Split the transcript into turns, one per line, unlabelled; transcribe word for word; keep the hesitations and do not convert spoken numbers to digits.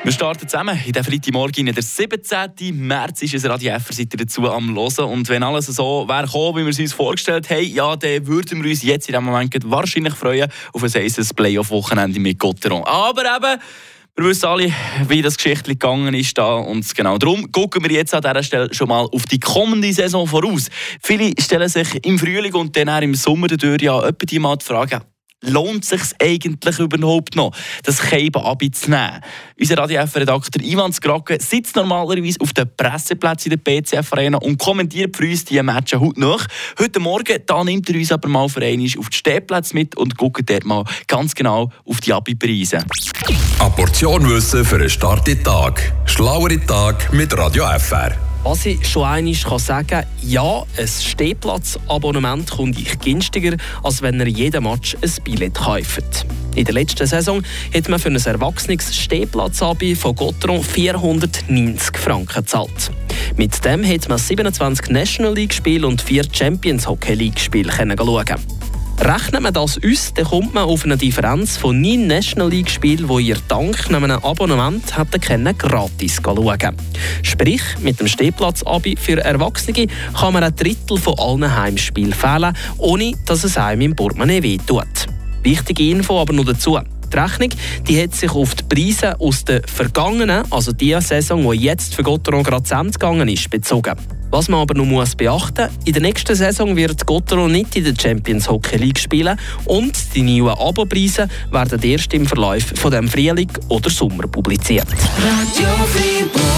Wir starten zusammen in den Freitagmorgen. Der siebzehnten März ist es Radio F, seid ihr dazu am Hören. Und wenn alles so wäre gekommen, wie wir es uns vorgestellt haben, ja, dann würden wir uns jetzt in diesem Moment wahrscheinlich freuen auf ein heißes Playoff-Wochenende mit Gotteron. Aber eben, wir wissen alle, wie das Geschichtchen gegangen ist da. Und genau darum gucken wir jetzt an dieser Stelle schon mal auf die kommende Saison voraus. Viele stellen sich im Frühling und dann auch im Sommer dadurch ja etwa die mal die Frage, lohnt es sich eigentlich überhaupt noch, das Keiben abzunehmen? Unser Radio F-Redakteur Ivan Skrake sitzt normalerweise auf den Presseplätzen in der B C F-Arena und kommentiert für uns diese Matches heute nach. Heute Morgen da nimmt er uns aber mal für einmal auf die Stehplätze mit und guckt dort mal ganz genau auf die Abi-Preise.
Eine Portion Wissen für einen starken Tag. Schlauere Tag mit Radio F R.
Was ich schon einmal kann sagen, ja, ein Stehplatzabonnement kommt euch günstiger, als wenn ihr jeden Match ein Billett kauft. In der letzten Saison hat man für ein erwachsenes Stehplatzabi von Gotteron vierhundertneunzig Franken gezahlt. Mit dem hat man siebenundzwanzig National League Spiele und vier Champions Hockey League Spiele schauen. Rechnet man das aus, dann kommt man auf eine Differenz von neun National League Spielen, die ihr dank einem Abonnement hätten können, gratis schauen. Sprich, mit dem Stehplatz-Abi für Erwachsene kann man ein Drittel von allen Heimspielen fehlen, ohne dass es einem im Portemonnaie wehtut. Wichtige Info aber noch dazu. Die Rechnung die hat sich auf die Preise aus der vergangenen, also die Saison, die jetzt für Gotteron gerade zu Ende gegangen ist, bezogen. Was man aber noch muss beachten, in der nächsten Saison wird Gotteron nicht in der Champions Hockey League spielen und die neuen Abopreise werden erst im Verlauf von dem Frühling oder Sommer publiziert.
Radio Fribourg.